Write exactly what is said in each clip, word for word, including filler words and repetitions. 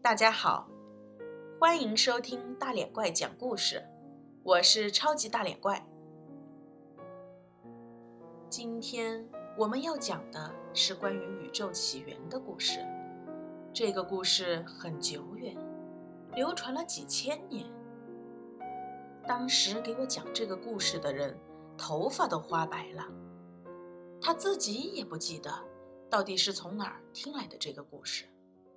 大家好，欢迎收听大脸怪讲故事，我是超级大脸怪。今天我们要讲的是关于宇宙起源的故事。这个故事很久远，流传了几千年。当时给我讲这个故事的人，头发都花白了。他自己也不记得到底是从哪儿听来的这个故事。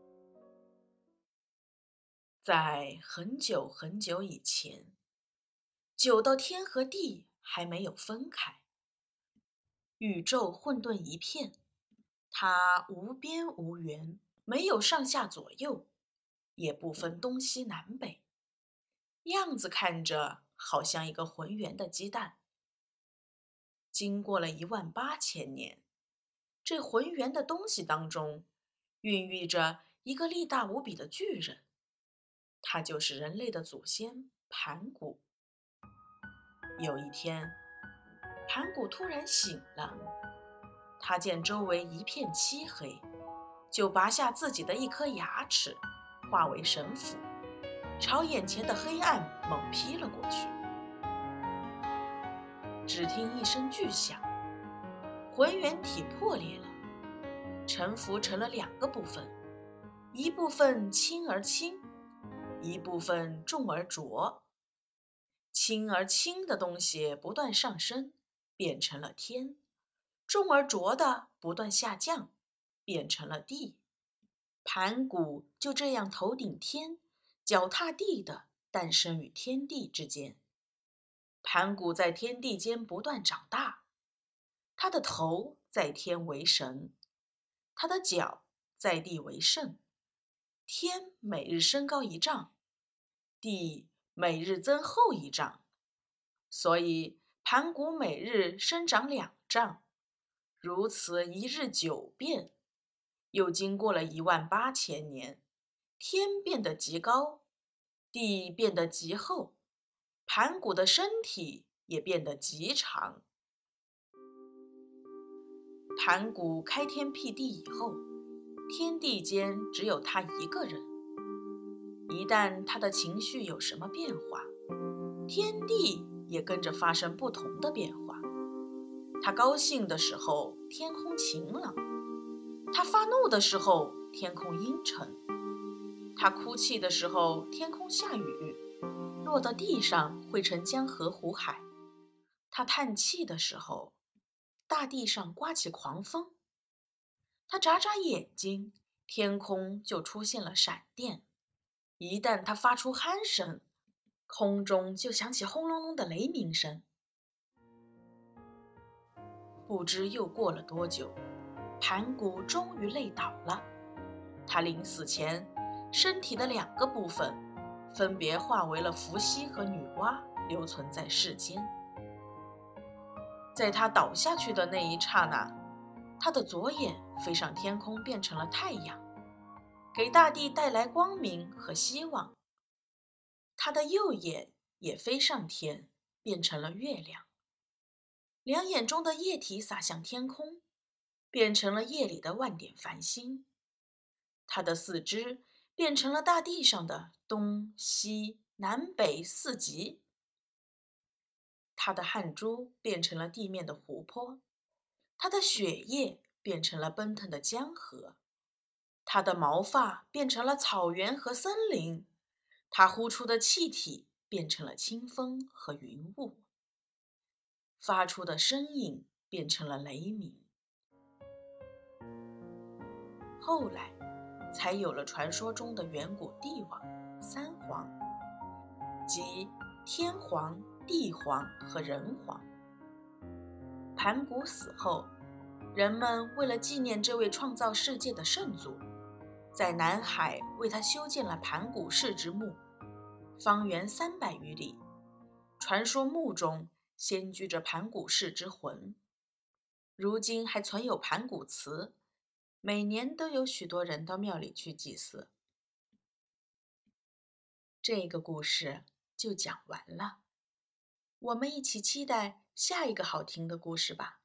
在很久很久以前，久到天和地还没有分开，宇宙混沌一片，它无边无缘，没有上下左右，也不分东西南北，样子看着好像一个浑圆的鸡蛋。经过了一万八千年，这浑圆的东西当中孕育着一个力大无比的巨人，他就是人类的祖先盘古。有一天，盘古突然醒了，他见周围一片漆黑，就拔下自己的一颗牙齿，化为神斧，朝眼前的黑暗猛劈了过去。只听一声巨响，浑圆体破裂了，沉浮成了两个部分，一部分轻而轻，一部分重而浊。轻而轻的东西不断上升，变成了天；重而浊的不断下降，变成了地。盘古就这样头顶天，脚踏地的诞生于天地之间。盘古在天地间不断长大，他的头在天为神，他的脚在地为圣。天每日升高一丈，地每日增厚一丈，所以盘古每日生长两丈，如此一日九变。又经过了一万八千年，天变得极高，地变得极厚，盘古的身体也变得极长。盘古开天辟地以后，天地间只有他一个人。一旦他的情绪有什么变化，天地也跟着发生不同的变化。他高兴的时候，天空晴朗；他发怒的时候，天空阴沉；他哭泣的时候，天空下雨，落到地上汇成江河湖海；他叹气的时候，大地上刮起狂风；他眨眨眼睛，天空就出现了闪电；一旦他发出鼾声，空中就响起轰隆隆的雷鸣声。不知又过了多久，盘古终于累倒了。他临死前，身体的两个部分分别化为了伏羲和女娲，留存在世间。在他倒下去的那一刹那，他的左眼飞上天空，变成了太阳，给大地带来光明和希望。他的右眼也飞上天，变成了月亮。两眼中的液体洒向天空，变成了夜里的万点繁星。他的四肢变成了大地上的东西南北四极。他的汗珠变成了地面的湖泊，他的血液变成了奔腾的江河，他的毛发变成了草原和森林，他呼出的气体变成了清风和云雾，发出的声音变成了雷鸣。后来才有了传说中的远古帝王三皇，即天皇、地皇和人皇。盘古死后，人们为了纪念这位创造世界的圣祖，在南海为他修建了盘古氏之墓，方圆三百余里。传说墓中仙居着盘古氏之魂，如今还存有盘古祠，每年都有许多人到庙里去祭祀。这个故事就讲完了，我们一起期待下一个好听的故事吧。